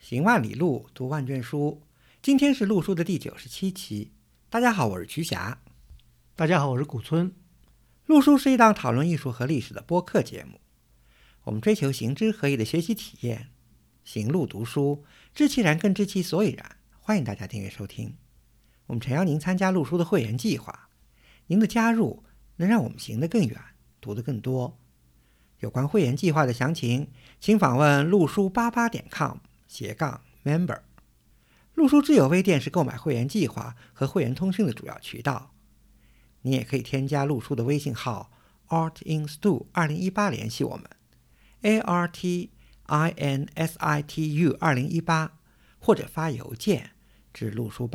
行万里路，读万卷书。今天是陆书的第97期。大家好，我是瞿霞。 大家好，我是古村。 陆书是一档讨论艺术和历史的播客节目。我们追求行知合一的学习体验，行路读书，知其然更知其所以然。欢迎大家订阅收听。我们诚邀您参加陆书的会员计划，您的加入能让我们行得更远，读得更多。有关会员计划的详情，请访问陆书88.com/member。陆书之友微店是购买会员计划和会员通讯的主要渠道。你也可以添加陆书的微信号 artinstu2018 联系我们 artinsitu2018，或者发邮件至陆书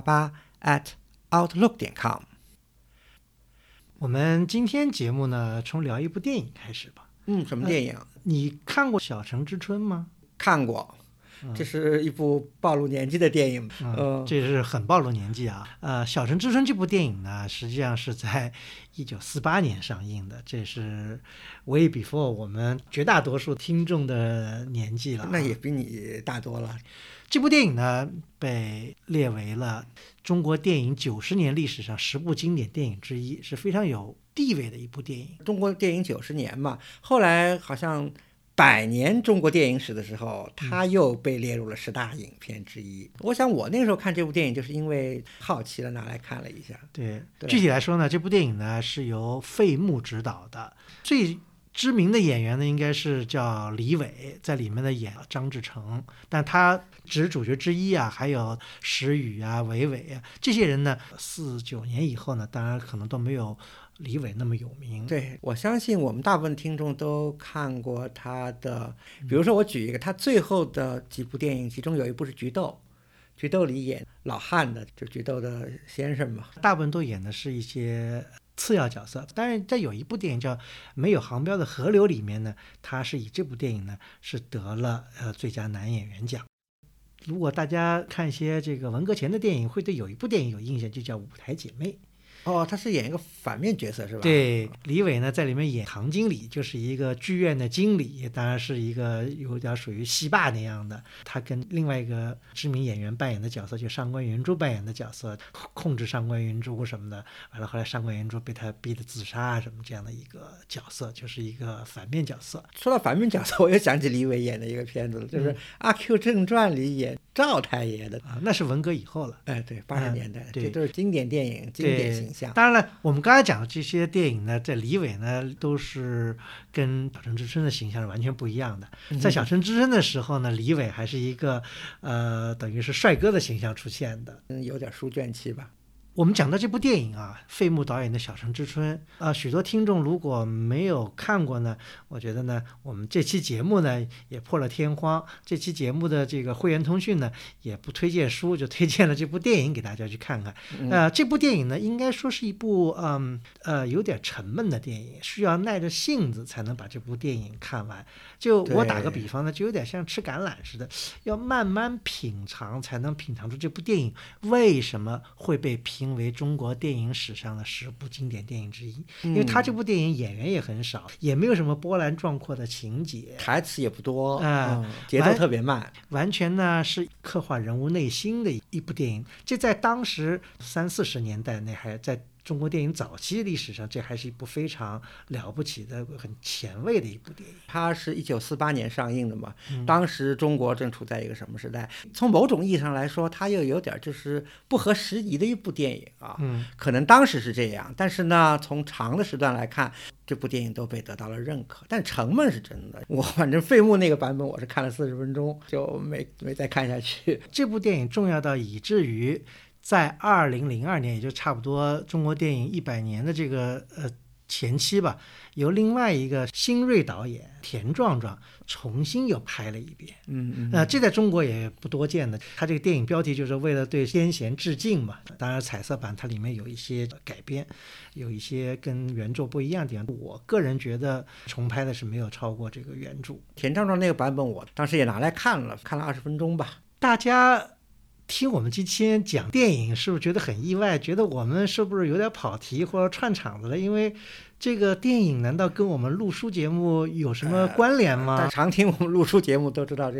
8888@outlook.com。 我们今天节目呢，从聊一部电影开始吧。 什么电影？ 你看过《小城之春》吗？ 看过，这是一部暴露年纪的电影。 这是很暴露年纪啊。《小城之春》这部电影呢，实际上是在1948年上映的，这是 way before 我们绝大多数听众的年纪了。 那也比你大多了。 这部电影呢，被列为了中国电影90年历史上10部经典电影之一，是非常有地位的一部电影。 中国电影90年嘛，后来好像100年中国电影史的时候，它又被列入了10大影片之一。我想我那个时候看这部电影，就是因为好奇了，拿来看了一下。 对，具体来说呢，这部电影呢是由费穆执导的，最知名的演员呢应该是叫李伟，在里面的演张志成，但他只是主角之一啊，还有石宇啊、韦伟啊这些人呢，49年以后呢，当然可能都没有李伟那么有名。 对，我相信我们大部分听众都看过他的，比如说我举一个他最后的几部电影，其中有一部是《菊豆》，菊豆里演老汉的，就菊豆的先生嘛。 大部分都演的是一些次要角色，当然在有一部电影叫《没有航标的河流》里面呢，他是以这部电影呢是得了最佳男演员奖。如果大家看一些这个文革前的电影，会对有一部电影有印象，就叫《舞台姐妹》。 他是演一个反面角色是吧？ 对，李伟呢在里面演唐经理，就是一个剧院的经理，当然是一个有点属于戏霸那样的。他跟另外一个知名演员扮演的角色，就上官云珠扮演的角色，控制上官云珠什么的。完了后来上官云珠被他逼得自杀什么这样的一个角色，就是一个反面角色。 说到反面角色，我又想起李伟演的一个片子了，就是《阿 Q 正传》里演赵太爷的。 那是文革以后了。 对，80年代， 对， 这都是经典电影，经典形象。 当然了，我们刚才讲的这些电影呢，在李伟呢都是跟《小城之春》的形象是完全不一样的。在《小城之春》的时候呢，李伟还是一个等于是帅哥的形象出现的， 有点书卷气吧。 我们讲到这部电影啊，费穆导演的《小城之春》许多听众如果没有看过呢，我觉得呢，我们这期节目呢也破了天荒。这期节目的这个会员通讯呢，也不推荐书，就推荐了这部电影给大家去看看。这部电影呢，应该说是一部有点沉闷的电影，需要耐着性子才能把这部电影看完。就我打个比方呢，就有点像吃橄榄似的，要慢慢品尝才能品尝出这部电影为什么会被评为中国电影史上的10部经典电影之一。因为他这部电影演员也很少，也没有什么波澜壮阔的情节， 台词也不多，节奏特别慢， 完全呢是刻画人物内心的一部电影。这在当时30-40年代内，还在中国电影早期历史上，这还是一部非常了不起的、很前卫的一部电影。 它是1948年上映的嘛，当时中国正处在一个什么时代？从某种意义上来说，它又有点就是不合时宜的一部电影啊。可能当时是这样，但是呢，从长的时段来看，这部电影都被得到了认可。但沉闷是真的，我反正费穆那个版本我是看了40分钟就没再看下去。 这部电影重要到以至于在2002年，也就差不多中国电影100年的这个前期吧，由另外一个新锐导演田壮壮重新又拍了一遍。这在中国也不多见的。他这个电影标题就是为了对先贤致敬嘛。当然彩色版它里面有一些改编，有一些跟原著不一样的地方。我个人觉得重拍的是没有超过这个原著。 田壮壮那个版本我当时也拿来看了20分钟吧。 大家听我们今天讲电影是不是觉得很意外，觉得我们是不是有点跑题或者串场子了？因为这个电影难道跟我们录书节目有什么关联吗？ 常听我们录书节目都知道这个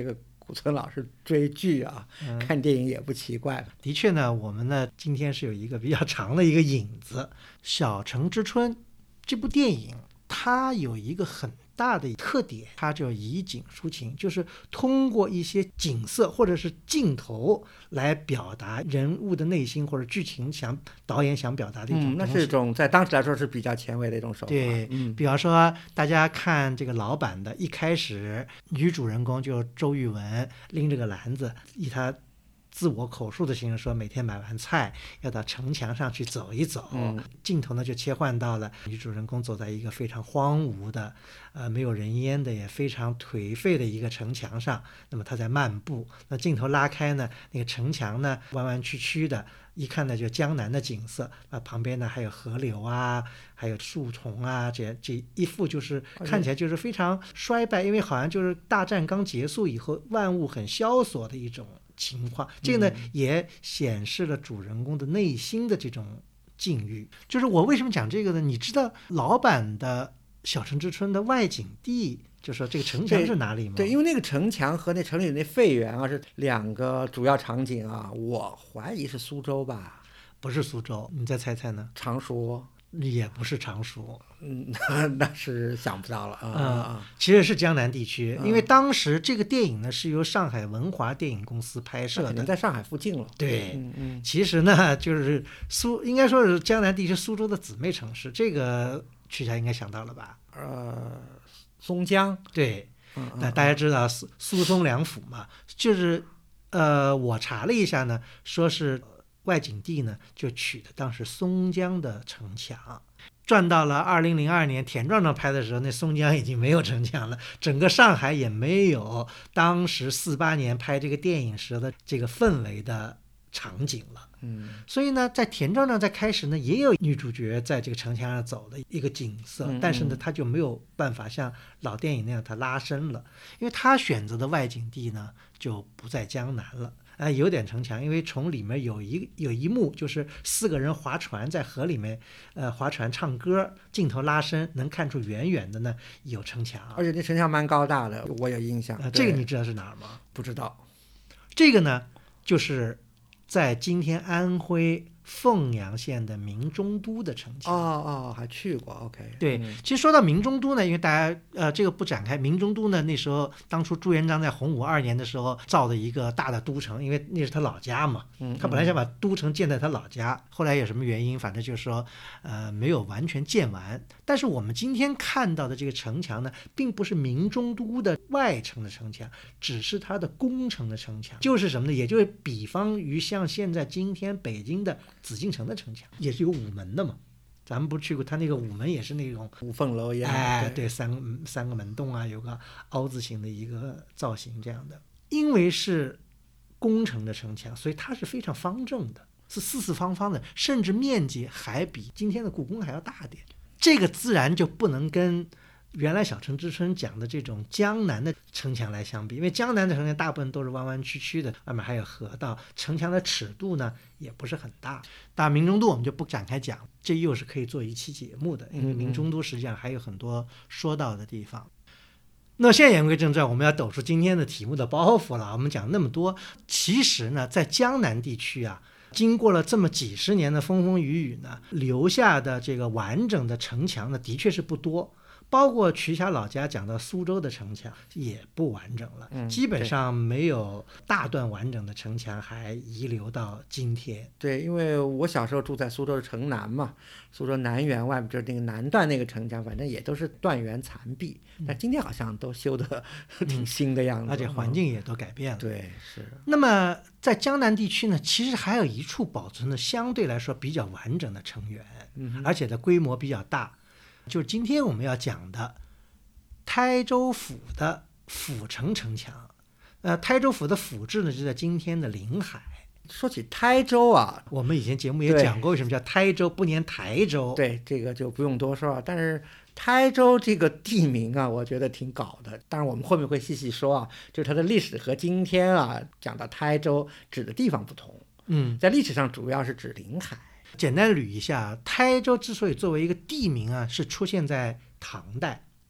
古村老师追剧啊，看电影也不奇怪了。 的确呢，我们呢今天是有一个比较长的一个引子，《小城之春》这部电影，它有一个很大的特点，它就以景抒情，就是通过一些景色或者是镜头来表达人物的内心或者剧情导演想表达的一种东西。 那是一种在当时来说是比较前卫的一种手法。 对，比方说大家看这个老版的，一开始女主人公就周玉雯拎着个篮子，以她自我口述的形式说，每天买完菜要到城墙上去走一走。镜头呢就切换到了女主人公走在一个非常荒芜的没有人烟的也非常颓废的一个城墙上，那么她在漫步，那镜头拉开呢，那个城墙呢弯弯曲曲的，一看呢就江南的景色，旁边呢还有河流啊，还有树丛啊，这一幅就是看起来就是非常衰败，因为好像就是大战刚结束以后万物很萧索的一种情况。这个呢也显示了主人公的内心的这种境遇。就是我为什么讲这个呢？你知道老版的《小城之春》的外景地，就说这个城墙是哪里吗？ 对，因为那个城墙和那城里那废园啊是两个主要场景啊，我怀疑是苏州吧？ 不是苏州，你再猜猜呢？ 常熟。 也不是常熟。 那是想不到了其实是江南地区，因为当时这个电影呢是由上海文华电影公司拍摄的， 肯定在上海附近了。 对，其实呢就是应该说是江南地区苏州的姊妹城市，这个曲霞应该想到了吧？ 松江。 对，那大家知道苏松两府嘛，就是我查了一下呢，说是外景地呢就取的当时松江的城墙。转到了2002年田壮壮拍的时候，那松江已经没有城墙了，整个上海也没有当时48年拍这个电影时的这个氛围的场景了。所以呢在田壮壮在开始呢也有女主角在这个城墙上走的一个景色，但是呢他就没有办法像老电影那样他拉伸了，因为他选择的外景地呢就不在江南了。有点城墙，因为从里面有一幕就是4个人划船在河里面划船唱歌，镜头拉伸能看出远远的呢有城墙， 而且那城墙蛮高大的，我有印象。 这个你知道是哪儿吗？ 不知道。 这个呢就是在今天安徽凤阳县的明中都的城墙。 还去过。 OK。 对，其实说到明中都呢，因为大家这个不展开，明中都呢那时候当初朱元璋在洪武2年的时候造的一个大的都城，因为那是他老家嘛，他本来想把都城建在他老家，后来有什么原因，反正就是说没有完全建完。但是我们今天看到的这个城墙呢，并不是明中都的外城的城墙，只是它的宫城的城墙，就是什么呢？也就是比方于像现在今天北京的紫禁城的城墙，也是有午门的嘛。咱们不是去过，它那个午门也是那种五凤楼一样。 对，三个门洞啊，有个凹字形的一个造型这样的。因为是宫城的城墙，所以它是非常方正的，是四四方方的，甚至面积还比今天的故宫还要大点。这个自然就不能跟原来小城之春讲的这种江南的城墙来相比，因为江南的城墙大部分都是弯弯曲曲的，外面还有河道，城墙的尺度呢也不是很大。当然明中都我们就不展开讲，这又是可以做一期节目的，因为明中都实际上还有很多说到的地方。那现在言归正传，我们要抖出今天的题目的包袱了。我们讲那么多，其实呢在江南地区啊，经过了这么几十年的风风雨雨呢，留下的这个完整的城墙呢的确是不多，包括瞿霞老家讲到苏州的城墙也不完整了，基本上没有大段完整的城墙还遗留到今天。 对，因为我小时候住在苏州的城南嘛，苏州南园外面就是那个南段那个城墙，反正也都是断垣残壁，但今天好像都修得挺新的样子， 而且环境也都改变了。 对，是。 那么在江南地区呢，其实还有一处保存的相对来说比较完整的城垣，而且的规模比较大，就是今天我们要讲的台州府的府城城墙。台州府的府治呢就在今天的临海。 说起台州啊， 我们以前节目也讲过为什么叫台州不念台州。 对，这个就不用多说了。但是台州这个地名啊，我觉得挺搞的。当然我们后面会细细说啊，就是它的历史和今天啊讲到台州指的地方不同。在历史上主要是指临海。简单捋一下，台州之所以作为一个地名啊，是出现在唐代。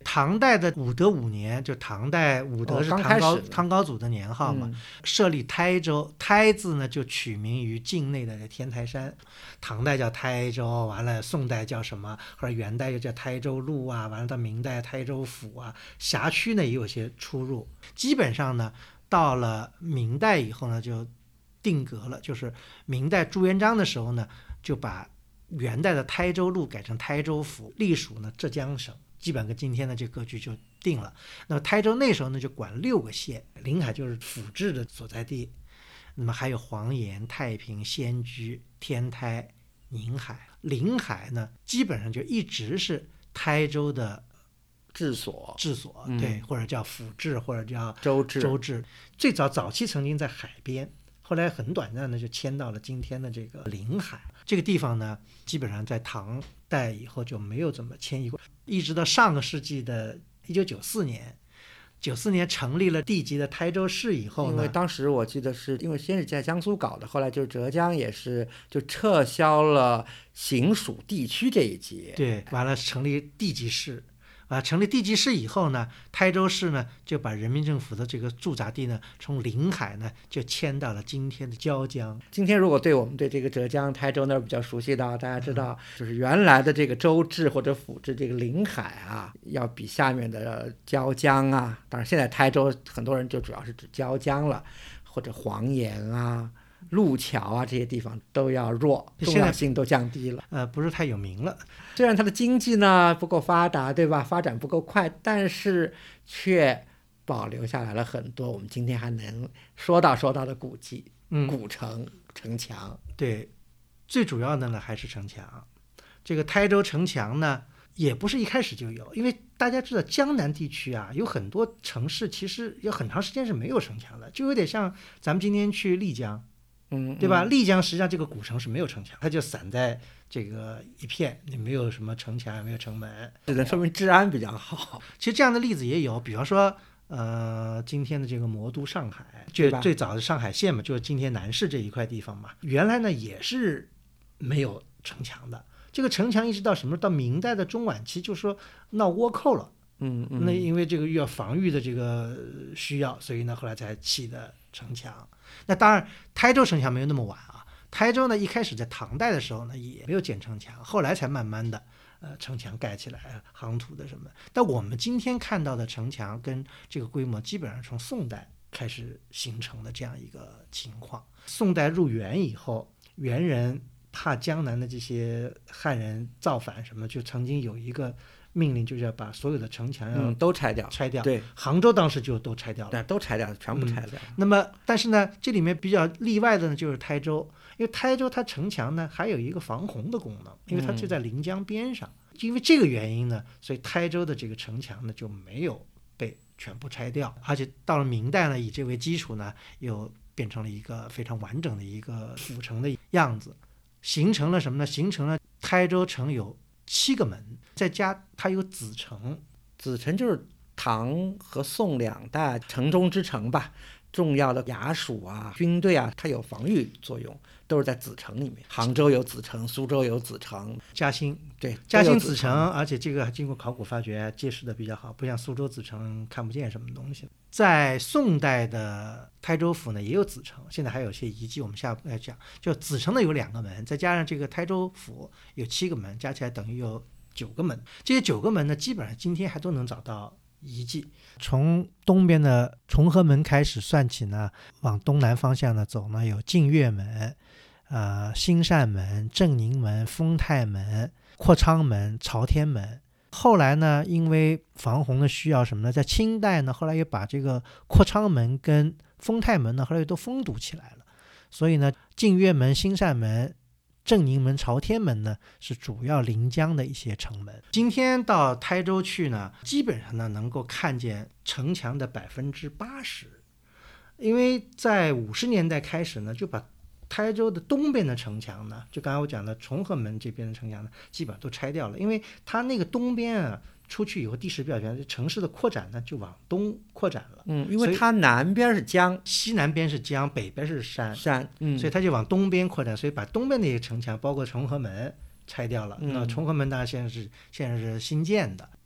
唐代的武德5年，就唐代武德是唐高祖的年号嘛，设立台州，台字呢就取名于境内的天台山。唐代叫台州，完了宋代叫什么，或者元代又叫台州路啊，完了到明代台州府啊，辖区呢也有些出入。基本上呢，到了明代以后呢，就定格了，就是明代朱元璋的时候呢，就把元代的台州路改成台州府，隶属呢浙江省，基本跟今天的这格局就定了。那么台州那时候呢就管6个县，临海就是府治的所在地，那么还有黄岩、太平、仙居、天台、宁海。临海呢基本上就一直是台州的治所， 对，或者叫府治，或者叫州治。最早期曾经在海边，后来很短暂的就迁到了今天的这个临海。这个地方呢基本上在唐代以后就没有怎么迁移过，一直到上个世纪的1994年成立了地级的台州市以后呢， 因为当时我记得是因为先是在江苏搞的，后来就是浙江也是就撤销了行属地区这一级， 对，完了成立地级市。成立地级市以后呢，台州市呢就把人民政府的这个驻扎地呢从临海呢就迁到了今天的椒江。 今天如果我们对这个浙江台州那儿比较熟悉的，大家知道就是原来的这个州治或者府治这个临海啊，要比下面的椒江啊，当然现在台州很多人就主要是指椒江了，或者黄岩啊、路桥啊这些地方都要弱，重要性都降低了。 不是太有名了。 虽然它的经济呢不够发达，对吧？发展不够快，但是却保留下来了很多我们今天还能说到的古迹、古城、城墙。 对，最主要的呢还是城墙。这个台州城墙呢也不是一开始就有，因为大家知道江南地区啊有很多城市其实有很长时间是没有城墙的，就有点像咱们今天去丽江。对吧？丽江实际上这个古城是没有城墙，它就散在这个一片，也没有什么城墙，也没有城门， 只能说明治安比较好。 其实这样的例子也有，比方说今天的这个魔都上海，就最早的上海县嘛，就是今天南市这一块地方嘛，原来呢也是没有城墙的。这个城墙一直到什么？到明代的中晚期，就说闹倭寇了。那因为这个要防御的这个需要，所以呢后来才砌的城墙。那当然台州城墙没有那么晚啊，台州呢一开始在唐代的时候呢也没有建城墙，后来才慢慢的城墙盖起来，夯土的什么。但我们今天看到的城墙跟这个规模基本上从宋代开始形成的这样一个情况。宋代入元以后，元人怕江南的这些汉人造反什么，就曾经有一个命令，就是要把所有的城墙要都拆掉。 对，杭州当时就都拆掉了。 对，都拆掉，全部拆掉。 那么，但是呢，这里面比较例外的呢，就是台州，因为台州它城墙呢还有一个防洪的功能，因为它就在临江边上。因为这个原因呢，所以台州的这个城墙呢就没有被全部拆掉，而且到了明代呢，以这为基础呢，又变成了一个非常完整的一个府城的样子，形成了什么呢？形成了台州城有7个门，再加它有子城。 子城就是唐和宋2代城中之城吧，重要的衙署啊、军队啊，它有防御作用，都是在子城里面。杭州有子城，苏州有子城， 嘉兴对， 嘉兴子城，而且这个经过考古发掘揭示的比较好，不像苏州子城看不见什么东西。在宋代的台州府呢也有子城，现在还有些遗迹，我们下来讲。就子城呢有2个门，再加上这个台州府有7个门，加起来等于有9个门。这些9个门呢，基本上今天还都能找到遗迹。从东边的崇和门开始算起呢，往东南方向呢走呢，有净月门、兴善门、正宁门、丰泰门、阔昌门、朝天门。后来呢，因为防洪的需要什么呢，在清代呢，后来又把这个阔昌门跟丰泰门呢，后来又都封堵起来了。所以呢，净月门、兴善门、正宁门、朝天门呢，是主要临江的一些城门。今天到台州去呢，基本上呢能够看见城墙的80%，因为在50年代开始呢，就把台州的东边的城墙呢，就刚才我讲的崇和门这边的城墙呢，基本上都拆掉了，因为它那个东边啊出去以后，地势比较远，城市的扩展呢就往东扩展了。 因为它南边是江， 西南边是江，北边是山， 所以它就往东边扩展，所以把东边那些城墙，包括崇和门拆掉了。那崇和门当然现在是新建的。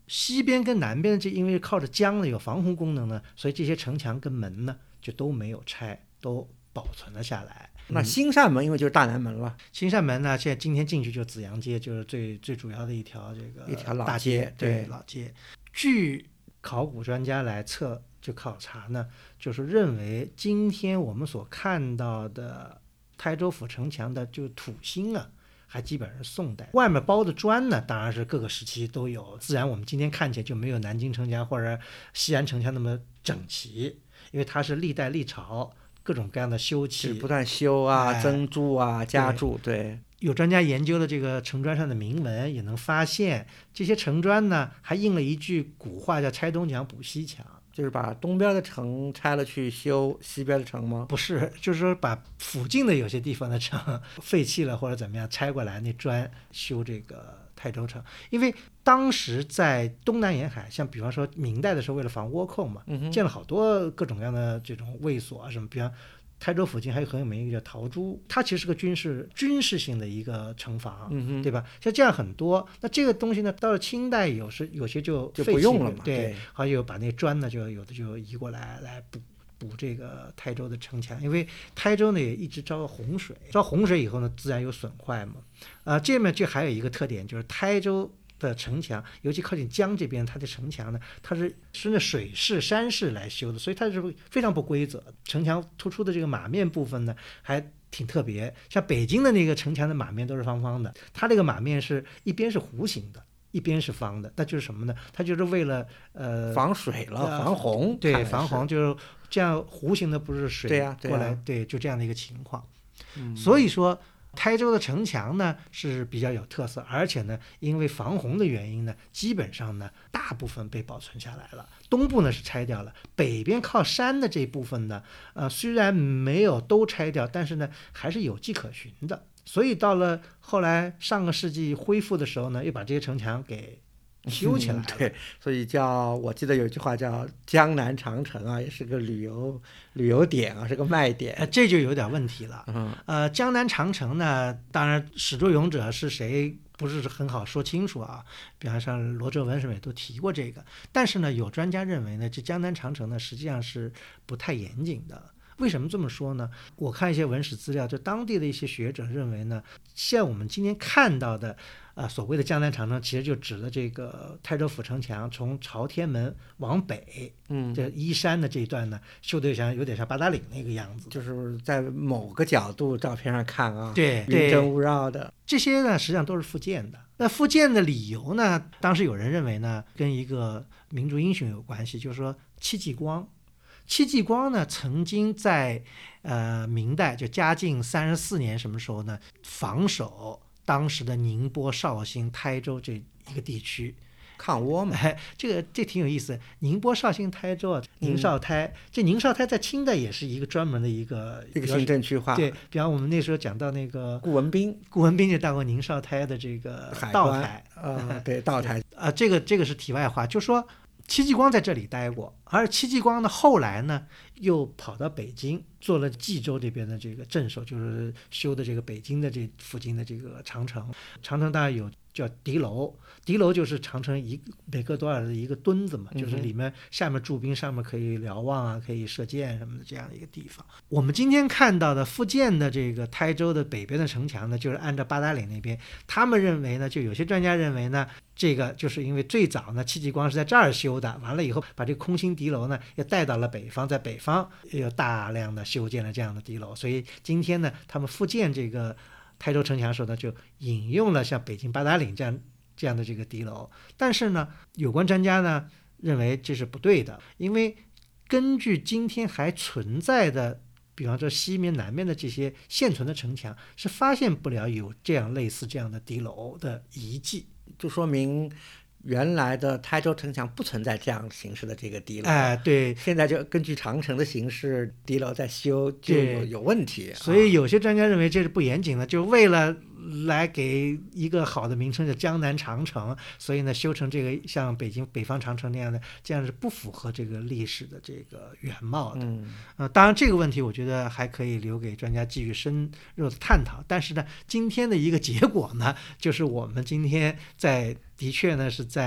西边跟南边这因为靠着江呢有防洪功能呢，所以这些城墙跟门呢就都没有拆，都保存了下来。 那新扇门因为就是大南门了， 新扇门呢，现在今天进去就紫阳街，就是最主要的一条老街，对老街。据考古专家来考察呢，就是认为今天我们所看到的台州府城墙的就土心啊，还基本上是宋代，外面包的砖呢，当然是各个时期都有，自然我们今天看起来就没有南京城墙或者西安城墙那么整齐，因为它是历代历朝各种各样的修葺， 不断修啊、增筑啊、加筑。对， 有专家研究了这个城砖上的铭文，也能发现这些城砖呢，还印了一句古话，叫拆东墙补西墙。 就是把东边的城拆了去修西边的城吗？ 不是，就是说把附近的有些地方的城废弃了或者怎么样，拆过来那砖修这个台州城。因为当时在东南沿海，像比方说明代的时候，为了防倭寇嘛，建了好多各种各样的这种卫所啊什么，比方台州附近还有很有名一个叫陶朱，它其实是个军事性的一个城防，对吧？像这样很多，那这个东西呢，到了清代有些就不用了嘛， 对，还有把那砖呢，就有的就移过来补这个台州的城墙，因为台州呢也一直遭洪水，遭洪水以后呢，自然有损坏嘛。这面就还有一个特点，就是台州的城墙，尤其靠近江这边，它的城墙呢，它是那水势山势来修的，所以它是非常不规则。城墙突出的这个马面部分呢，还挺特别。像北京的那个城墙的马面都是方方的，它这个马面是一边是弧形的，一边是方的，那就是什么呢？它就是为了防水了，防洪。 对，防洪就是这样，弧形的不是水过来， 对， 就这样的一个情况。所以说台州的城墙呢是比较有特色，而且呢，因为防洪的原因呢，基本上呢大部分被保存下来了。东部呢是拆掉了，北边靠山的这部分呢，虽然没有都拆掉，但是呢还是有迹可循的。所以到了后来上个世纪恢复的时候呢，又把这些城墙给修起来了。 对，所以我记得有一句话叫江南长城啊，也是个旅游点啊，是个卖点。 这就有点问题了。江南长城呢，当然始作俑者是谁不是很好说清楚啊，比方像罗哲文什么也都提过这个。但是呢，有专家认为呢，这江南长城呢实际上是不太严谨的。为什么这么说呢？我看一些文史资料，就当地的一些学者认为呢，像我们今天看到的所谓的江南长城，其实就指了这个台州府城墙从朝天门往北，这依山的这一段呢，修的有点像八达岭那个样子， 就是在某个角度照片上看啊， 对， 云蒸雾绕的。 这些呢，实际上都是复建的。那复建的理由呢，当时有人认为呢，跟一个民族英雄有关系，就是说戚继光。戚继光呢，曾经在明代就嘉靖34年什么时候呢，防守当时的宁波、绍兴、台州这一个地区， 抗倭嘛。 这挺有意思。宁波、绍兴、台州啊，宁绍台，这宁绍台在清代也是一个专门的一个行政区划。 对，比方我们那时候讲到那个顾文彬就到过宁绍台的这个道台， 对，道台。 这个是题外话，就说戚继光在这里待过，而戚继光呢后来呢又跑到北京做了冀州这边的这个镇守，就是修的这个北京的这附近的这个长城。长城当然有叫敌楼，敌楼就是长城每隔多少的一个墩子嘛，就是里面下面驻兵，上面可以瞭望啊，可以射箭什么的这样的一个地方。我们今天看到的福建的这个台州的北边的城墙呢，就是按照八达岭那边，他们认为呢，就有些专家认为呢，这个就是因为最早呢戚继光是在这儿修的，完了以后把这个空心敌楼呢也带到了北方，在北方又大量的修建了这样的敌楼，所以今天呢他们复建这个台州城墙的时候呢，就引用了像北京八达岭这样的这个敌楼。但是呢，有关专家呢认为这是不对的，因为根据今天还存在的，比方说西面、南面的这些现存的城墙，是发现不了有类似这样的敌楼的遗迹， 就说明原来的台州城墙不存在这样形式的这个敌楼。 对， 现在就根据长城的形式，敌楼在修就有问题。 所以有些专家认为这是不严谨的，就为了来给一个好的名称叫江南长城，所以呢修成这个像北方长城那样的，这样是不符合这个历史的这个原貌的。当然这个问题我觉得还可以留给专家继续深入的探讨。但是呢，今天的一个结果呢，就是我们今天的确呢是在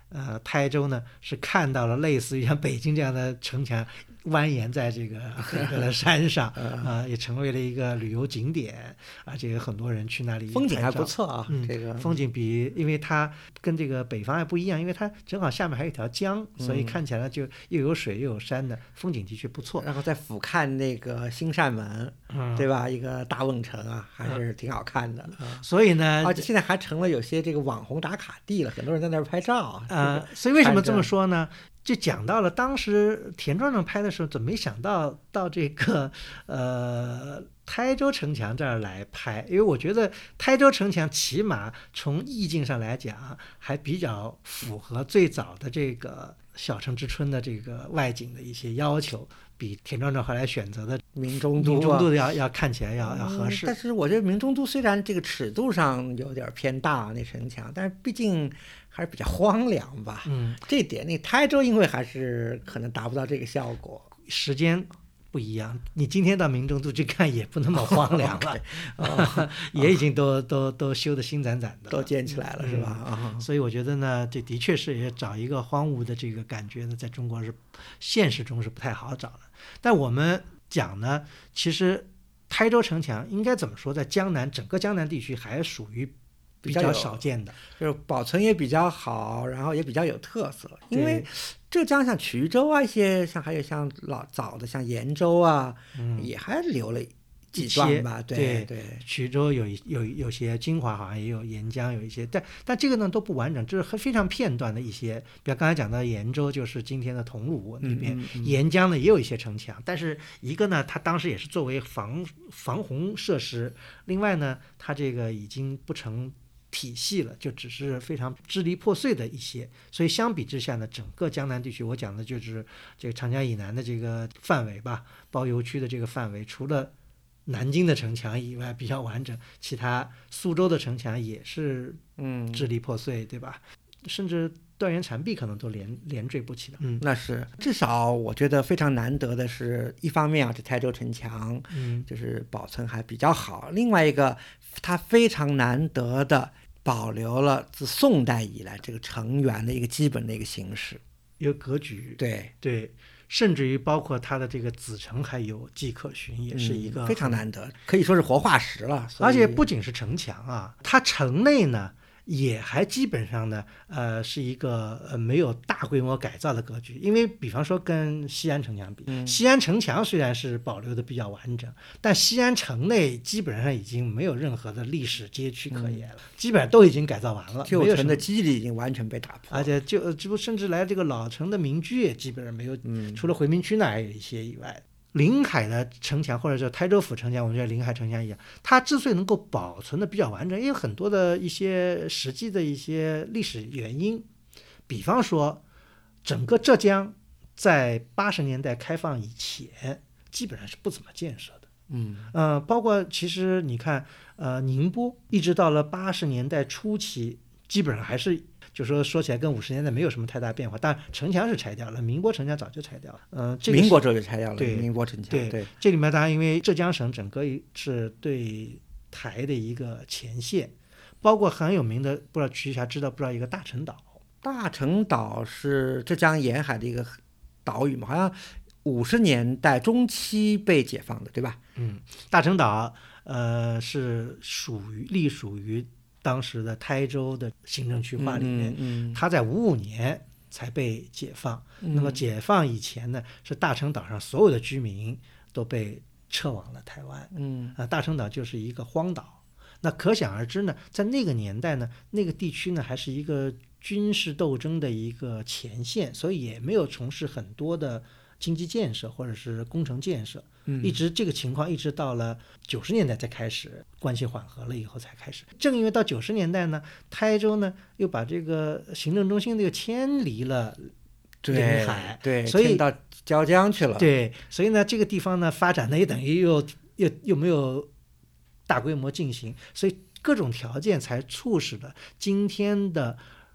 台州呢是看到了类似于像北京这样的城墙蜿蜒在这个河的山上也成为了一个旅游景点，而且有很多人去那里风景还不错啊。这个风景因为它跟这个北方还不一样，因为它正好下面还有一条江，所以看起来就又有水又有山的风景的确不错。 然后再俯瞰那个新扇门，对吧？一个大瓮城啊，还是挺好看的。 所以呢， 现在还成了有些这个网红打卡地了，很多人在那儿拍照。 所以为什么这么说呢？就讲到了当时田壮壮拍的时候，怎么没想到这个台州城墙这儿来拍？因为我觉得台州城墙起码从意境上来讲，还比较符合最早的这个小城之春的这个外景的一些要求，比田壮壮后来选择的明中都要看起来要合适。 但是我觉得明中都虽然这个尺度上有点偏大，那城墙，但是毕竟还是比较荒凉吧。这点那台州因为还是可能达不到这个效果， 时间不一样。你今天到明中都去看也不那么荒凉了，也已经都修得新崭崭的， 都建起来了，是吧？ 所以我觉得呢，这的确是也找一个荒芜的这个感觉呢，在中国是现实中是不太好找的。但我们讲呢，其实台州城墙应该怎么说，在整个江南地区还属于比较少见的， 就是保存也比较好，然后也比较有特色。因为浙江像衢州啊，一些还有像老早的像延州啊，也还留了几段吧。对， 衢州有些，金华好像也有，沿江有一些，但这个呢都不完整，这是非常片段的一些。比如刚才讲到延州，就是今天的桐庐那边，沿江呢也有一些城墙，但是一个呢，它当时也是作为防洪设施，另外呢，它这个已经不成体系了，就只是非常支离破碎的一些。所以相比之下呢，整个江南地区，我讲的就是这个长江以南的这个范围吧，包邮区的这个范围，除了南京的城墙以外比较完整，其他苏州的城墙也是支离破碎，对吧？甚至断垣残壁可能都连缀不起的。 那是至少我觉得非常难得的是，一方面这台州城墙就是保存还比较好，另外一个它非常难得的保留了自宋代以来这个城垣的一个基本的一个形式， 一个格局。对，甚至于包括它的这个子城还有迹可循，也是一个非常难得，可以说是活化石了。 而且不仅是城墙啊，它城内呢也还基本上呢，是一个没有大规模改造的格局。因为比方说跟西安城墙比，西安城墙虽然是保留的比较完整，但西安城内基本上已经没有任何的历史街区可言了，基本上都已经改造完了， 旧城的基底已经完全被打破， 而且甚至来这个老城的民居也基本上没有，除了回民区那还有一些以外。临海的城墙或者说台州府城墙，我们叫临海城墙一样，它之所以能够保存的比较完整，也有很多的一些实际的一些历史原因。比方说整个浙江在80年代开放以前基本上是不怎么建设的。包括其实你看宁波一直到了80年代初期基本上还是就说起来跟50年代没有什么太大变化，但城墙是拆掉了，民国城墙早就拆掉了。 民国时候就拆掉了， 对， 民国城墙。 对，这里面当然因为浙江省整个是对台的一个前线，包括很有名的，不知道曲霞知道不知道一个大陈岛。 大陈岛是浙江沿海的一个岛屿嘛，好像50年代中期被解放的，对吧？ 大陈岛是隶属于当时的台州的行政区划里面，它在55年才被解放。那么解放以前呢，是大陈岛上所有的居民都被撤往了台湾。大陈岛就是一个荒岛。那可想而知呢，在那个年代呢，那个地区呢还是一个军事斗争的一个前线，所以也没有从事很多的经济建设或者是工程建设。一直这个情况一直到了90年代才开始，关系缓和了以后才开始。正因为到90年代呢，台州呢又把这个行政中心又迁离了临海， 对， 所以到椒江去了。 对，所以呢这个地方呢发展的也等于又没有大规模进行，所以各种条件才促使了今天的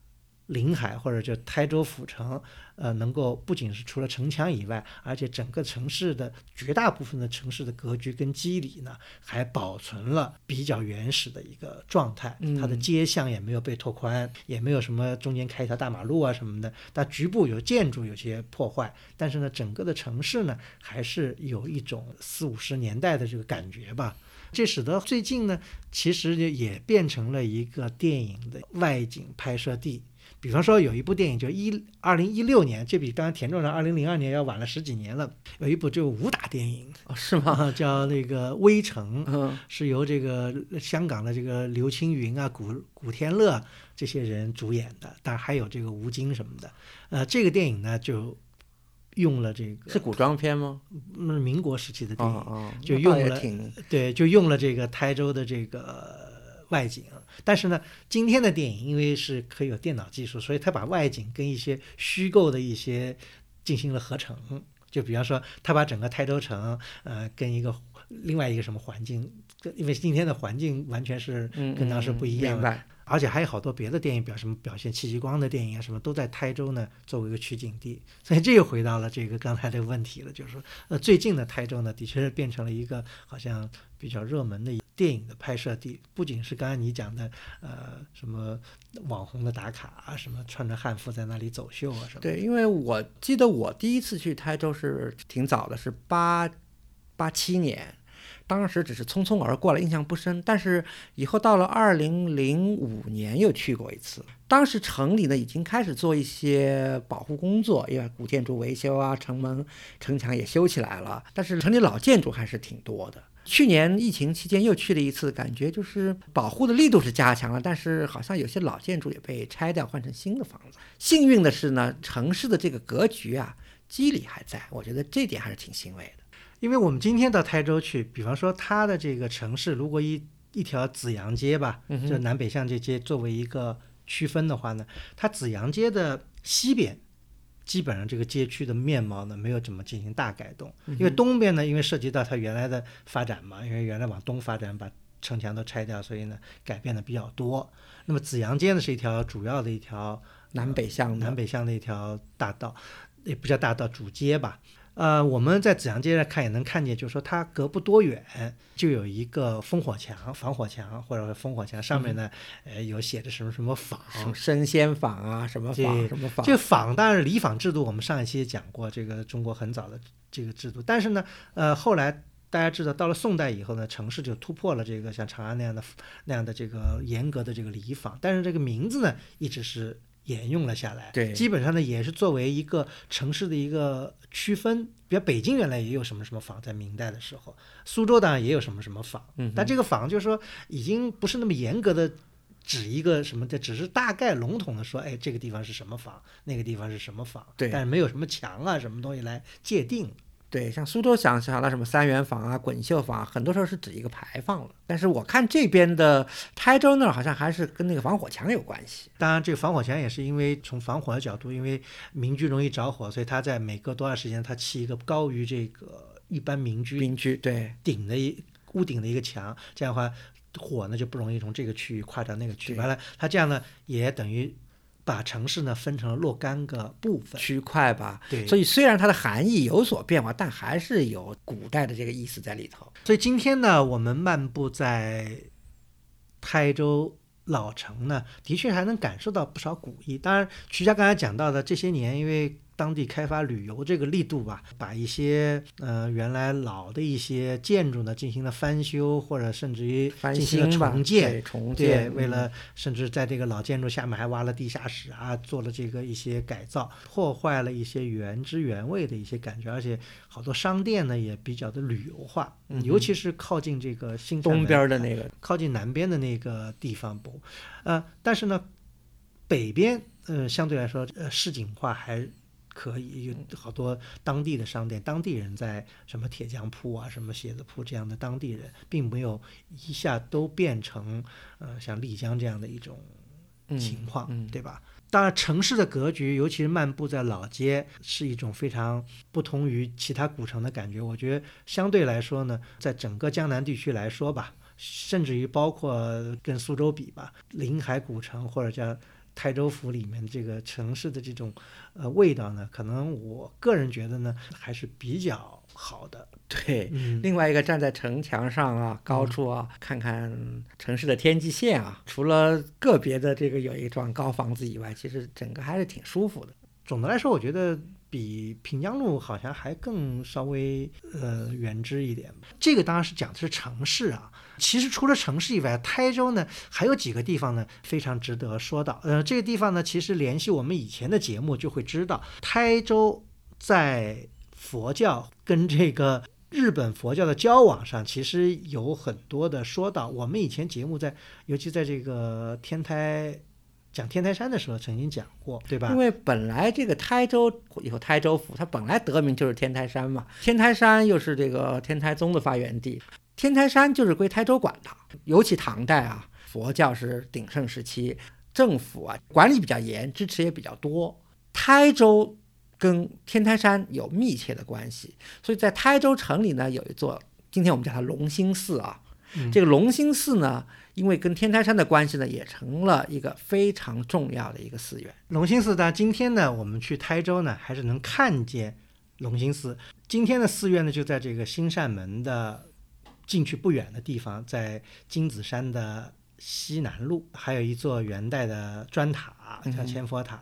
临海或者就台州府城，能够不仅是除了城墙以外，而且整个城市的绝大部分的城市的格局跟肌理呢，还保存了比较原始的一个状态。它的街巷也没有被拓宽，也没有什么中间开一条大马路啊什么的，但局部有建筑有些破坏，但是呢，整个的城市呢，还是有一种40-50年代的这个感觉吧。这使得最近呢，其实也变成了一个电影的外景拍摄地。比方说有一部电影就2016年，这比刚刚田壮的2002年要晚了10几年了。有一部就武打电影， 是吗？ 叫那个《危城》，是由这个香港的这个刘青云啊、古天乐这些人主演的，当然还有这个吴京什么的。这个电影呢就用了这个是古装片吗？ 民国时期的电影， 就用了对，就用了这个台州的这个外景。但是呢，今天的电影因为是可以有电脑技术，所以他把外景跟一些虚构的一些进行了合成。就比方说，他把整个台州城，跟另外一个什么环境，因为今天的环境完全是跟当时不一样的。而且还有好多别的电影表现戚继光的电影啊，什么都在台州呢作为一个取景地。所以这又回到了这个刚才这个问题了，就是说，最近的台州呢，的确是变成了一个好像比较热门的电影的拍摄地。不仅是刚才你讲的，什么网红的打卡啊，什么穿着汉服在那里走秀啊什么。 对，因为我记得我第一次去台州是挺早的，是87年。当时只是匆匆而过了，印象不深。但是以后到了2005年又去过一次，当时城里呢已经开始做一些保护工作，因为古建筑维修啊，城门城墙也修起来了，但是城里老建筑还是挺多的。去年疫情期间又去了一次，感觉就是保护的力度是加强了，但是好像有些老建筑也被拆掉换成新的房子。幸运的是呢，城市的这个格局啊肌理还在，我觉得这点还是挺欣慰的。 因为我们今天到台州去，比方说它的这个城市，如果一条紫阳街吧，就南北向这街作为一个区分的话呢，它紫阳街的西边基本上这个街区的面貌呢没有怎么进行大改动，因为东边呢，因为涉及到它原来的发展嘛，因为原来往东发展把城墙都拆掉，所以呢改变的比较多。那么紫阳街呢是一条主要的一条南北向的一条大道，也不叫大道，主街吧。我们在紫阳街上看也能看见，就是说它隔不多远就有一个烽火墙、防火墙，或者烽火墙上面呢，有写着什么什么坊， 什么生鲜坊啊，什么坊什么坊。 这个坊当然里坊制度，我们上一期也讲过，这个中国很早的这个制度。但是呢，后来大家知道，到了宋代以后呢，城市就突破了这个像长安那样的这个严格的这个里坊，但是这个名字呢，一直是沿用了下来。 对， 基本上呢也是作为一个城市的一个区分。比如北京原来也有什么什么坊，在明代的时候，苏州当然也有什么什么坊，但这个坊就是说已经不是那么严格的指一个什么的，只是大概笼统的说，哎，这个地方是什么坊，那个地方是什么坊， 对， 但是没有什么墙啊什么东西来界定。 对，像苏州想到什么三元坊啊、滚绣坊，很多时候是指一个牌坊了。但是我看这边的台州那儿好像还是跟那个防火墙有关系。 当然，这个防火墙也是因为从防火的角度，因为民居容易着火，所以它在每隔多段时间，它砌一个高于这个一般民居对屋顶的一个墙，这样的话火呢就不容易从这个区域跨到那个区域。完了，它这样呢也等于把城市呢分成了若干个部分区块吧。 对， 所以虽然它的含义有所变化，但还是有古代的这个意思在里头。 所以今天呢，我们漫步在台州老城呢，的确还能感受到不少古意。当然，徐家刚才讲到的这些年，因为当地开发旅游这个力度吧，把一些原来老的一些建筑呢进行了翻修，或者甚至于进行了重建。对，为了甚至在这个老建筑下面还挖了地下室啊，做了这个一些改造，破坏了一些原汁原味的一些感觉，而且好多商店呢也比较的旅游化，尤其是靠近这个新东边的那个， 靠近南边的那个地方不，但是呢，北边相对来说市井化还可以，有好多当地的商店，当地人在什么铁匠铺啊、什么鞋子铺这样的当地人，并没有一下都变成像丽江这样的一种情况，对吧？当然，城市的格局，尤其是漫步在老街，是一种非常不同于其他古城的感觉。我觉得相对来说呢，在整个江南地区来说吧，甚至于包括跟苏州比吧，临海古城或者叫台州府里面这个城市的这种味道呢，可能我个人觉得呢还是比较好的。 对，另外一个站在城墙上啊，高处啊，看看城市的天际线啊，除了个别的这个有一幢高房子以外，其实整个还是挺舒服的。 总的来说，我觉得比平江路好像还更稍微原汁一点。这个当然是讲的是城市啊，其实除了城市以外，台州呢还有几个地方呢非常值得说到。这个地方呢，其实联系我们以前的节目就会知道，台州在佛教跟这个日本佛教的交往上，其实有很多的说道。我们以前节目尤其在这个讲天台山的时候曾经讲过，对吧？ 因为本来这个台州以后台州府，它本来得名就是天台山嘛，天台山又是这个天台宗的发源地，天台山就是归台州管的。尤其唐代啊，佛教是鼎盛时期，政府啊管理比较严，支持也比较多。台州跟天台山有密切的关系，所以在台州城里呢有一座，今天我们叫它龙兴寺啊。这个龙兴寺呢，因为跟天台山的关系呢，也成了一个非常重要的一个寺院。 龙兴寺呢，今天呢，我们去台州呢，还是能看见龙兴寺。今天的寺院呢，就在这个新善门的进去不远的地方，在金子山的西南路，还有一座元代的砖塔，叫千佛塔。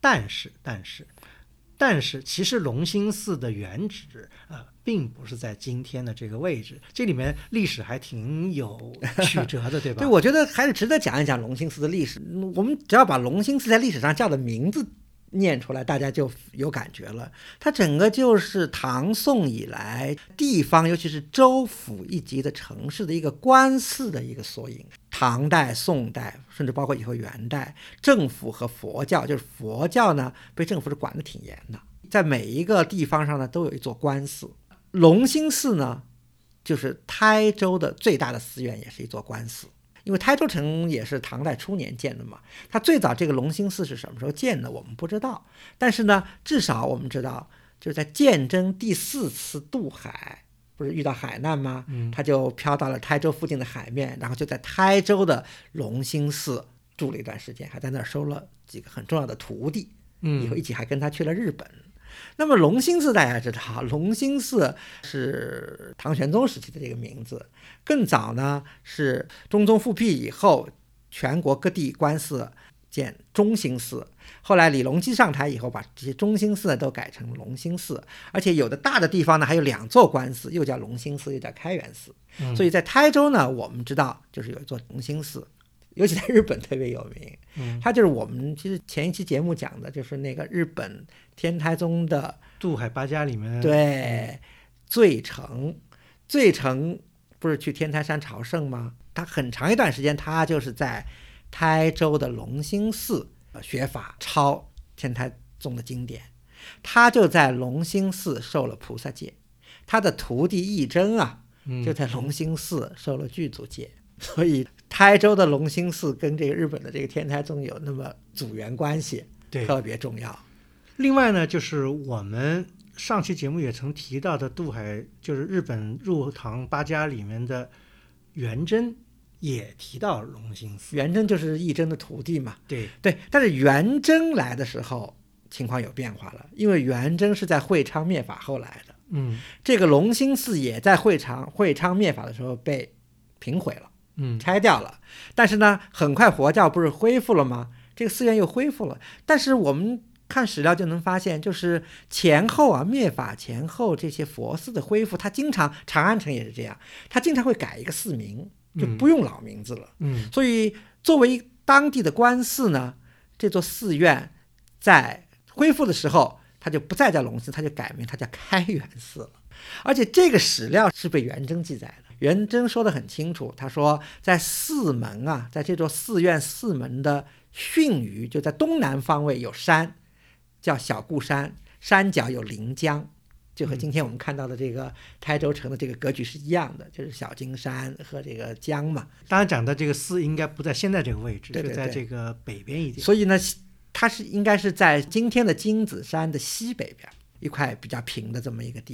但是，其实龙兴寺的原址并不是在今天的这个位置，这里面历史还挺有曲折的，对吧？ 对，我觉得还是值得讲一讲龙兴寺的历史。我们只要把龙兴寺在历史上叫的名字念出来，大家就有感觉了。它整个就是唐宋以来地方，尤其是州府一级的城市的一个官寺的一个缩影。唐代、宋代，甚至包括以后元代，政府和佛教，就是佛教呢被政府是管得挺严的，在每一个地方上呢都有一座官寺。龙兴寺呢，就是台州的最大的寺院，也是一座官寺。因为台州城也是唐代初年建的嘛，它最早这个龙兴寺是什么时候建的我们不知道，但是呢至少我们知道，就是在鉴真第4次渡海，不是遇到海难吗？他就飘到了台州附近的海面，然后就在台州的龙兴寺住了一段时间，还在那儿收了几个很重要的徒弟，以后一起还跟他去了日本。那么龙兴寺大家知道，龙兴寺是唐玄宗时期的这个名字，更早呢是中宗复辟以后，全国各地官寺建中兴寺，后来李隆基上台以后，把这些中兴寺都改成龙兴寺，而且有的大的地方呢还有2座官寺，又叫龙兴寺又叫开元寺。所以在台州呢，我们知道就是有一座龙兴寺，尤其在日本特别有名。它就是我们其实前一期节目讲的，就是那个日本天台宗的渡海八家里面， 对，最澄不是去天台山朝圣吗？他很长一段时间他就是在台州的龙兴寺学法，抄天台宗的经典。他就在龙兴寺受了菩萨戒，他的徒弟义真啊，就在龙兴寺受了具足戒。所以台州的龙兴寺跟这个日本的这个天台宗有那么祖缘关系，特别重要。 另外呢，就是我们上期节目也曾提到的渡海，就是日本入唐八家里面的元贞也提到龙兴寺。 元贞就是义真的徒弟嘛。 对， 但是元贞来的时候情况有变化了，因为元贞是在会昌灭法后来的。这个龙兴寺也在会昌灭法的时候被平毁了，拆掉了。但是呢，很快佛教不是恢复了吗？这个寺院又恢复了。但是我们看史料就能发现，就是前后啊，灭法前后这些佛寺的恢复，他经常长安城也是这样，他经常会改一个寺名，就不用老名字了。所以作为当地的官寺呢，这座寺院在恢复的时候，他就不再叫龙寺，他就改名，他叫开元寺了。而且这个史料是被元贞记载的。元贞说得很清楚，他说在寺门啊，在这座寺院寺门的巽隅，就在东南方位有山，叫小固山，山脚有临江，就和今天我们看到的这个台州城的这个格局是一样的，就是小金山和这个江嘛。 当然讲的这个寺应该不在现在这个位置，是在这个北边一点。 所以呢，它是应该是在今天的金子山的西北边一块比较平的这么一个地方。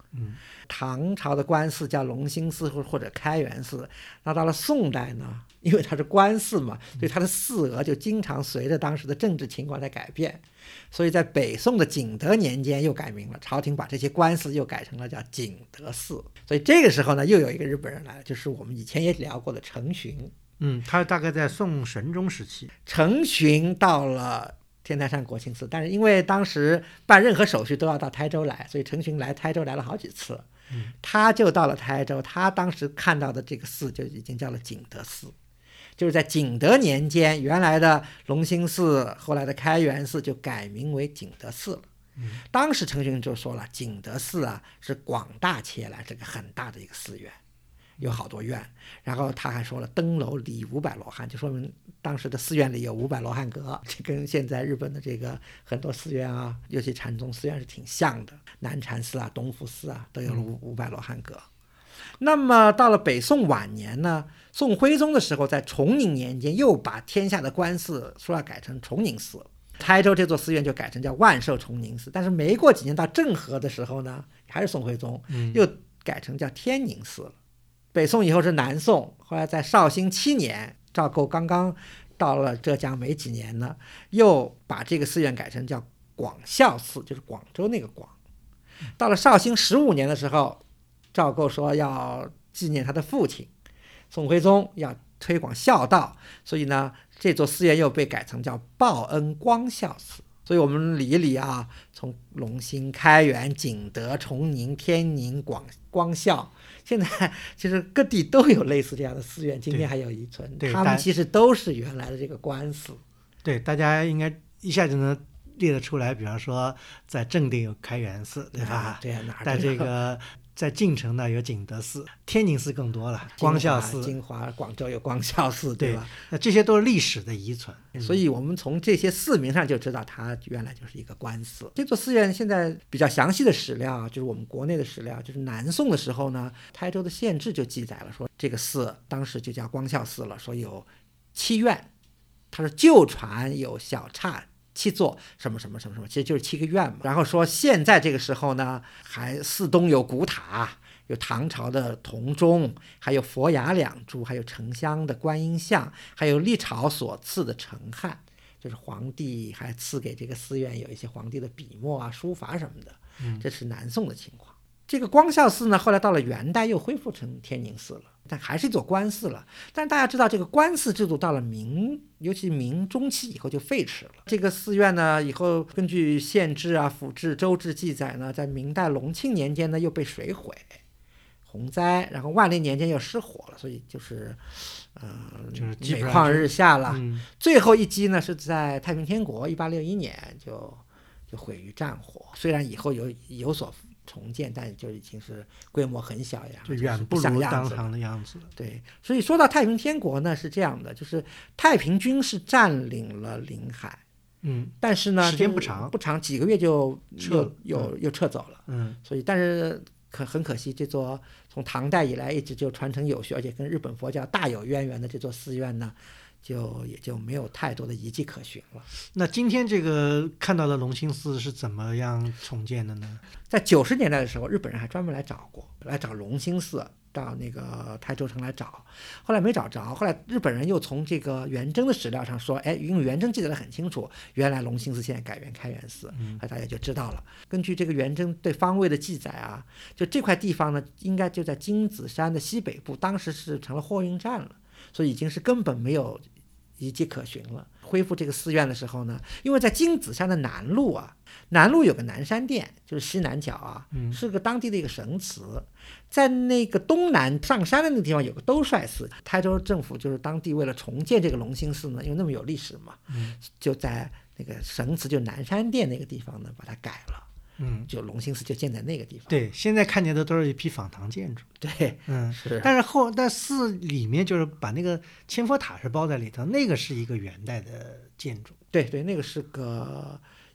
唐朝的官寺叫隆兴寺或者开元寺，那到了宋代呢，因为它是官寺嘛，所以它的寺额就经常随着当时的政治情况在改变，所以在北宋的景德年间又改名了，朝廷把这些官寺又改成了叫景德寺。所以这个时候呢，又有一个日本人来了，就是我们以前也聊过的程循。 他大概在宋神宗时期， 程循到了天台山国清寺，但是因为当时办任何手续都要到台州来，所以程循来台州来了好几次。他就到了台州，他当时看到的这个寺就已经叫了景德寺，就是在景德年间，原来的隆兴寺后来的开元寺就改名为景德寺了。当时程循就说了，景德寺啊是广大切来，这个很大的一个寺院，有好多院。然后他还说了，登楼礼500罗汉，就说明当时的寺院里有500罗汉阁，这跟现在日本的这个很多寺院啊，尤其禅宗寺院是挺像的。南禅寺啊、东福寺啊，都有了500罗汉阁。那么到了北宋晚年呢，宋徽宗的时候，在崇宁年间又把天下的官寺说要改成崇宁寺，台州这座寺院就改成叫万寿崇宁寺。但是没过几年到政和的时候呢，还是宋徽宗又改成叫天宁寺了。北宋以后是南宋，后来在绍兴7年，赵构刚刚到了浙江没几年呢，又把这个寺院改成叫广孝寺，就是广州那个广。到了绍兴15年的时候，赵构说要纪念他的父亲，宋徽宗要推广孝道，所以呢，这座寺院又被改成叫报恩光孝寺。所以我们理一理啊，从隆兴、开元、景德、崇宁、天宁、光孝，现在其实各地都有类似这样的寺院，今天还有遗存。他们其实都是原来的这个官寺。 对，大家应该一下就能列得出来，比方说在正定有开元寺，对吧？ 对啊，哪儿在这个在晋城呢有景德寺，天宁寺更多了，光孝寺， 金华、广州有光孝寺，对吧？ 那这些都是历史的遗存， 所以我们从这些寺名上就知道它原来就是一个官寺。这座寺院现在比较详细的史料，就是我们国内的史料，就是南宋的时候呢，台州的县志就记载了说，这个寺当时就叫光孝寺了，说有7院，它是旧传有小刹7座什么什么什么什么，其实就是7个院嘛。然后说现在这个时候呢，还寺东有古塔，有唐朝的铜钟，还有佛牙2柱，还有沉香的观音像，还有历朝所赐的陈汉，就是皇帝还赐给这个寺院有一些皇帝的笔墨啊、书法什么的。这是南宋的情况。这个光孝寺呢，后来到了元代又恢复成天宁寺了，但还是一座官寺了。但是大家知道，这个官寺制度到了尤其明中期以后就废止了。这个寺院呢，以后根据县志啊、府志、州志记载呢，在明代隆庆年间呢又被水毁、洪灾，然后万历年间又失火了，所以就是每况日下了。最后一击呢是在太平天国1861年就毁于战火。虽然以后有所重建，但就已经是规模很小呀， 就远不如当场的样子。 对，所以说到太平天国呢是这样的，就是太平军是占领了临海，但是呢时间不长， 几个月就又撤走了。所以但是很可惜，这座从唐代以来一直就传承有序，而且跟日本佛教大有渊源的这座寺院呢，也就没有太多的遗迹可循了。 那今天这个看到的隆兴寺是怎么样重建的呢？ 在90年代的时候，日本人还专门来找隆兴寺，到那个台州城来找，后来没找着。后来日本人又从这个元征的史料上说，因为元征记载得很清楚，原来隆兴寺现在改元开元寺，大家就知道了。根据这个元征对方位的记载啊，就这块地方呢，应该就在金子山的西北部，当时是成了货运站了，所以已经是根本没有遗迹可循了。恢复这个寺院的时候呢，因为在金子山的南路有个南山殿，就是西南角啊，是个当地的一个神祠。在那个东南上山的那个地方有个兜率寺，台州政府就是当地为了重建这个隆兴寺呢，因为那么有历史嘛，就在那个神祠就南山殿那个地方呢把它改了。就隆兴寺就建在那个地方。 对，现在看见的都是一批仿唐建筑。 对，是。 但寺里面就是把那个千佛塔是包在里头，那个是一个元代的建筑。 对，那个是个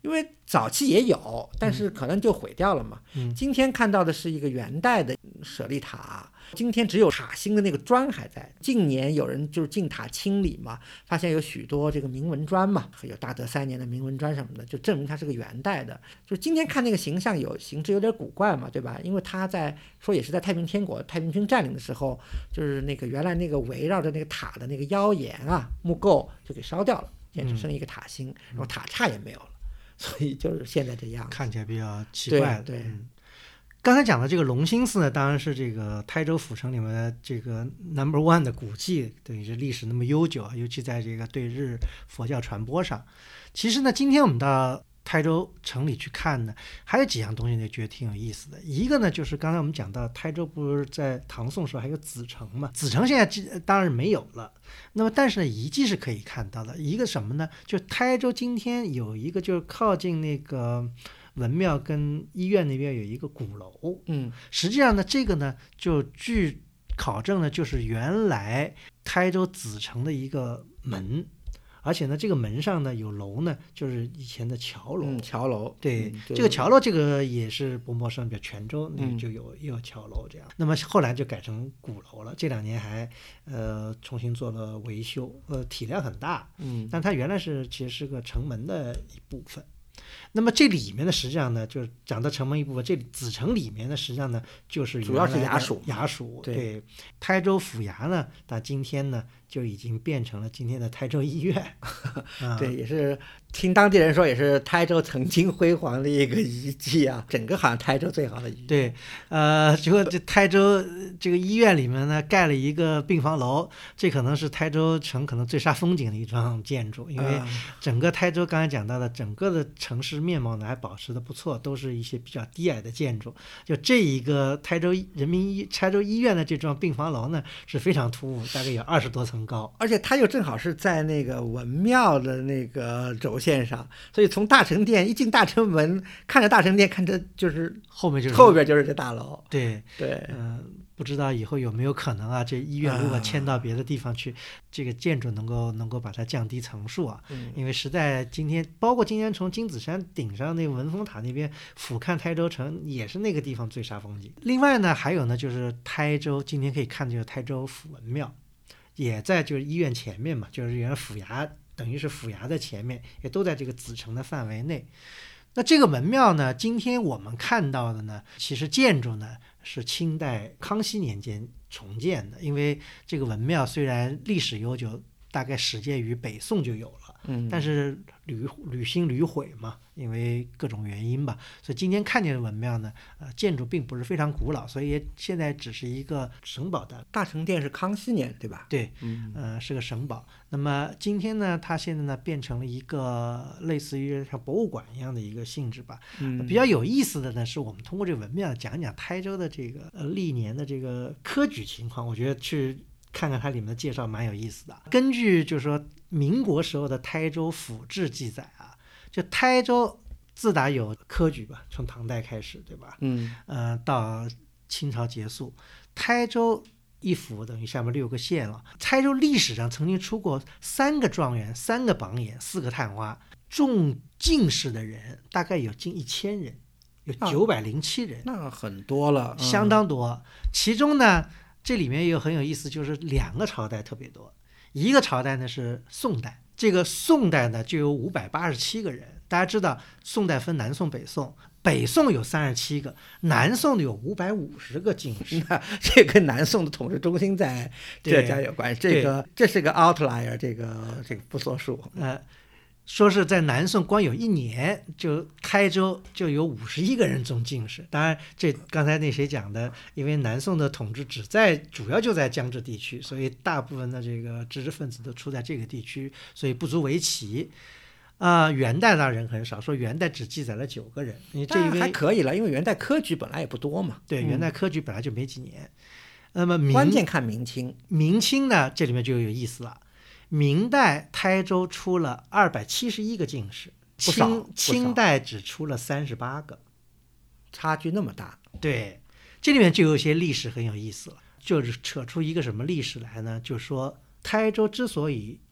因为早期也有，但是可能就毁掉了嘛。今天看到的是一个元代的舍利塔，今天只有塔心的那个砖还在。近年有人就是进塔清理嘛，发现有许多这个铭文砖嘛，有大德3年的铭文砖什么的，就证明它是个元代的。就是今天看那个形制有点古怪嘛，对吧？因为他在说也是在太平天国太平军占领的时候，就是那个原来那个围绕着那个塔的那个腰檐啊木构就给烧掉了，现在只剩一个塔心，然后塔刹也没有了，所以就是现在这样， 看起来比较奇怪。 对。 刚才讲的这个隆兴寺呢，当然是这个台州府城里面的这个 No.1 的古迹，等于是历史那么悠久，尤其在这个对日佛教传播上。其实呢，今天我们到台州城里去看呢，还有几样东西呢，觉得挺有意思的。一个呢，就是刚才我们讲到台州不是在唐宋时候还有紫城嘛，紫城现在当然没有了。那么但是呢，遗迹是可以看到的。一个什么呢？就台州今天有一个就是靠近那个文庙跟医院那边有一个鼓楼，实际上呢，这个呢，就据考证呢，就是原来台州紫城的一个门，而且呢，这个门上呢有楼呢，就是以前的桥楼。 桥楼， 对，这个桥楼这个也是不陌生，比如泉州那就有桥楼这样。那么后来就改成鼓楼了，这2年还重新做了维修，体量很大，但它原来其实是个城门的一部分。那么这里面呢，实际上呢，就是讲到城门一部分，这紫城里面呢，实际上呢，就是主要是衙署。对，台州府衙呢，到今天呢，就已经变成了今天的台州医院。 对，也是听当地人说，也是台州曾经辉煌的一个遗迹啊，整个好像台州最好的遗迹。 对，结果这台州这个医院里面呢，盖了一个病房楼，这可能是台州城可能最煞风景的一幢建筑，因为整个台州刚才讲到的整个的城市面貌呢还保持的不错，都是一些比较低矮的建筑。就这一个台州医院的这幢病房楼呢是非常突兀，大概有20多层高， 而且它又正好是在那个文庙的那个轴线上，所以从大成殿一进大成门，看着大成殿，看着就是后边就是这大楼。 对，不知道以后有没有可能啊？这医院如果迁到别的地方去，这个建筑能够把它降低层数啊。因为实在今天，包括今天从金子山顶上那个文峰塔那边俯瞰台州城，也是那个地方最煞风景。另外呢，还有呢，就是台州今天可以看就是台州府文庙，也在就是医院前面嘛，就是原来府衙等于是府衙的前面，也都在这个紫城的范围内。那这个文庙呢，今天我们看到的呢，其实建筑呢是清代康熙年间重建的，因为这个文庙虽然历史悠久，大概始建于北宋就有了，但是屡兴屡毁嘛，因为各种原因吧，所以今天看见的文庙呢，建筑并不是非常古老，所以现在只是一个省保的。 大成殿是康熙年对吧？ 对，是个省保。那么今天呢，它现在呢变成了一个类似于像博物馆一样的一个性质吧。比较有意思的呢，是我们通过这个文庙讲讲台州的这个历年的这个科举情况，我觉得去看看它里面的介绍蛮有意思的。根据就是说民国时候的台州府志记载啊，就台州自打有科举吧，从唐代开始，对吧？到清朝结束，台州一府等于下面6个县了。台州历史上曾经出过3个状元、3个榜眼、4个探花，中进士的人大概有近1000人，有907人， 那很多了， 相当多。其中呢，这里面也有很有意思，就是2个朝代特别多。一个朝代呢是宋代，这个宋代呢就有587个人。大家知道宋代分南宋北宋，北宋有37个，南宋有550个进士。 那这跟南宋的统治中心在浙江有关系，这是个 outlier， 这个不作数。 说是在南宋光有1年，就台州就有51个人中进士。当然，这刚才那谁讲的，因为南宋的统治主要就在江浙地区，所以大部分的这个知识分子都出在这个地区，所以不足为奇。元代当然人很少，说元代只记载了9个人，这还可以了，因为元代科举本来也不多嘛。 对，元代科举本来就没几年。那么关键看明清， 明清呢，这里面就有意思了。明代台州出了271个进士，清代只出了38个， 差距那么大。 对，这里面就有一些历史很有意思了，就是扯出一个什么历史来呢？就是说台州之所以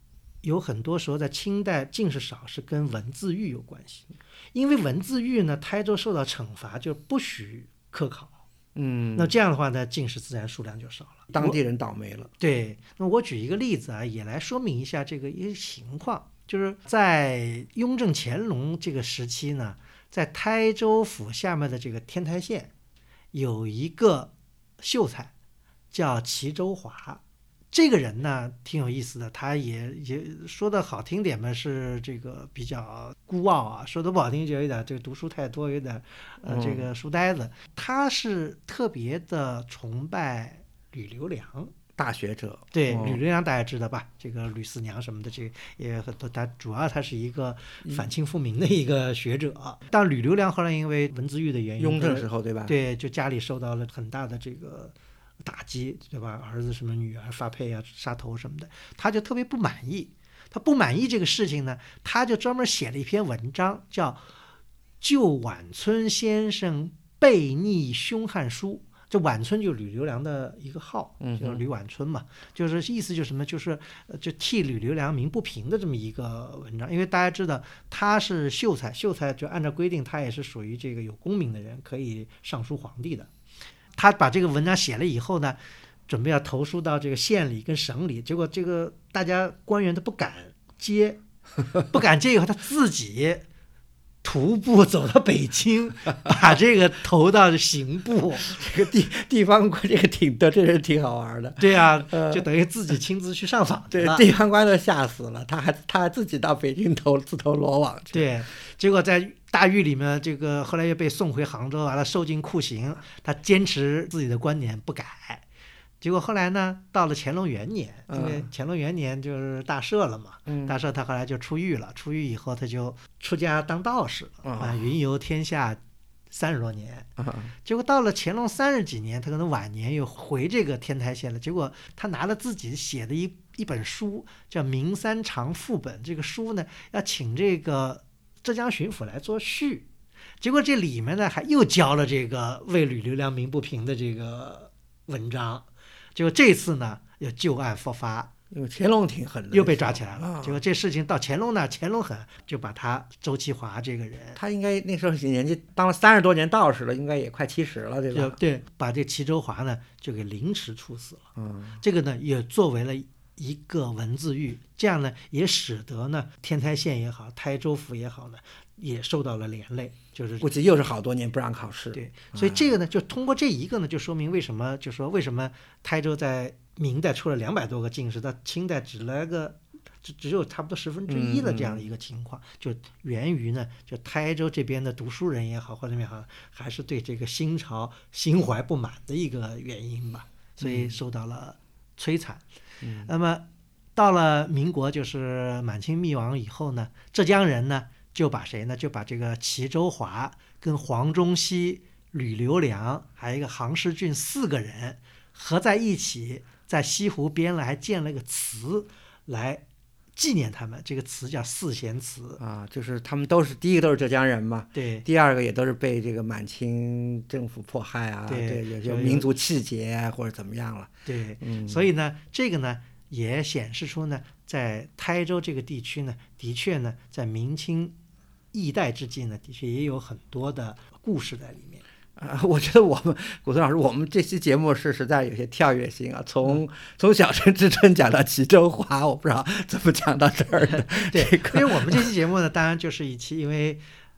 有很多时候在清代进士少是跟文字狱有关系，因为文字狱呢，台州受到惩罚，就不许科考。那这样的话呢，进士自然数量就少了， 当地人倒霉了。 对，那我举一个例子啊，也来说明一下这个一个情况，就是在雍正乾隆这个时期呢，在台州府下面的这个天台县有一个秀才叫齐州华。这个人呢挺有意思的，他也说的好听点嘛，是这个比较孤傲啊，说的不好听就有点这个读书太多，有点这个书呆子。他是特别的崇拜吕留良大学者。 对，吕留良大家知道吧？这个吕四娘什么的，这个也很多。他是一个反清复明的一个学者。但吕留良后来因为文字狱的原因， 雍正时候对吧？ 对，就家里受到了很大的这个打击，对吧？儿子什么女儿发配啊、杀头什么的，他就特别不满意。他不满意这个事情呢，他就专门写了一篇文章，叫《救晚村先生悖逆凶悍书》。这晚村就是吕留良的一个号，就是吕晚村嘛，就是意思就是什么，就是就替吕留良鸣不平的这么一个文章。因为大家知道他是秀才，秀才就按照规定他也是属于这个有功名的人，可以上书皇帝的。他把这个文章写了以后呢，准备要投书到这个县里跟省里，结果这个大家官员都不敢接，不敢接以后他自己徒步走到北京，把这个投到刑部。 这个地方官这个这人挺好玩的。 对啊，就等于自己亲自去上访去了。 对，地方官都吓死了，他还自己到北京自投罗网去。 对，结果在大狱里面，这个后来又被送回杭州，完了受尽酷刑。他坚持自己的观点不改。结果后来呢，到了乾隆元年，因为乾隆元年就是大赦了嘛，大赦他后来就出狱了。出狱以后，他就出家当道士了，云游天下30多年。结果到了乾隆30几年，他可能晚年又回这个天台县了。结果他拿了自己写的一本书，叫《明三常副本》。这个书呢，要请这个浙江巡抚来做序。结果这里面呢，还又交了这个为吕留良鸣不平的这个文章。结果这次呢，又旧案复发， 因为乾隆挺狠的， 又被抓起来了。结果这事情到乾隆那，乾隆狠，就把他周其华这个人， 他应该那时候年纪当了30多年道士了，应该也快70了，对吧？ 对，把这齐州华呢就给凌迟处死了。这个呢也作为了一个文字狱，这样呢也使得呢天台县也好，台州府也好呢，也受到了连累，就是估计又是好多年不让考试。 对，所以这个呢，就通过这一个呢，就说明为什么台州在明代出了200多个进士，到清代只有差不多1/10的这样的一个情况，就源于呢，就台州这边的读书人也好，或者也好，还是对这个新朝心怀不满的一个原因吧，所以受到了摧残。那么到了民国，就是满清灭亡以后呢，浙江人呢就把谁呢？就把这个齐州华跟黄宗羲、吕留良还有一个杭世俊4个人合在一起，在西湖边了还建了个祠来纪念他们。这个祠叫四贤祠啊，就是他们第一个都是浙江人嘛， 对， 第二个也都是被这个满清政府迫害啊，对，有民族气节啊或者怎么样了， 对，所以呢，这个呢也显示出呢，在台州这个地区呢，的确呢，在明清易代之际呢，的确也有很多的故事在里面。 我觉得古村老师，我们这期节目是实在有些跳跃性啊，从小城之春讲到齐州华，我不知道怎么讲到这儿的。 对，因为我们这期节目呢，当然就是一期，因为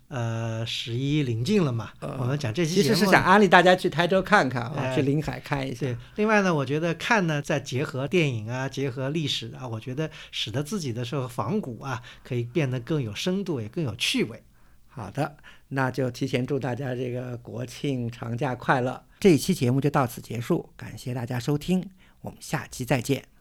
11临近了嘛，我们讲这期节目其实是想安利大家去台州看看啊，去临海看一下。 对，另外呢，我觉得看呢，再结合电影啊，结合历史啊，我觉得使得自己的这个仿古啊，可以变得更有深度，也更有趣味。 好的，那就提前祝大家这个国庆长假快乐。这一期节目就到此结束，感谢大家收听，我们下期再见。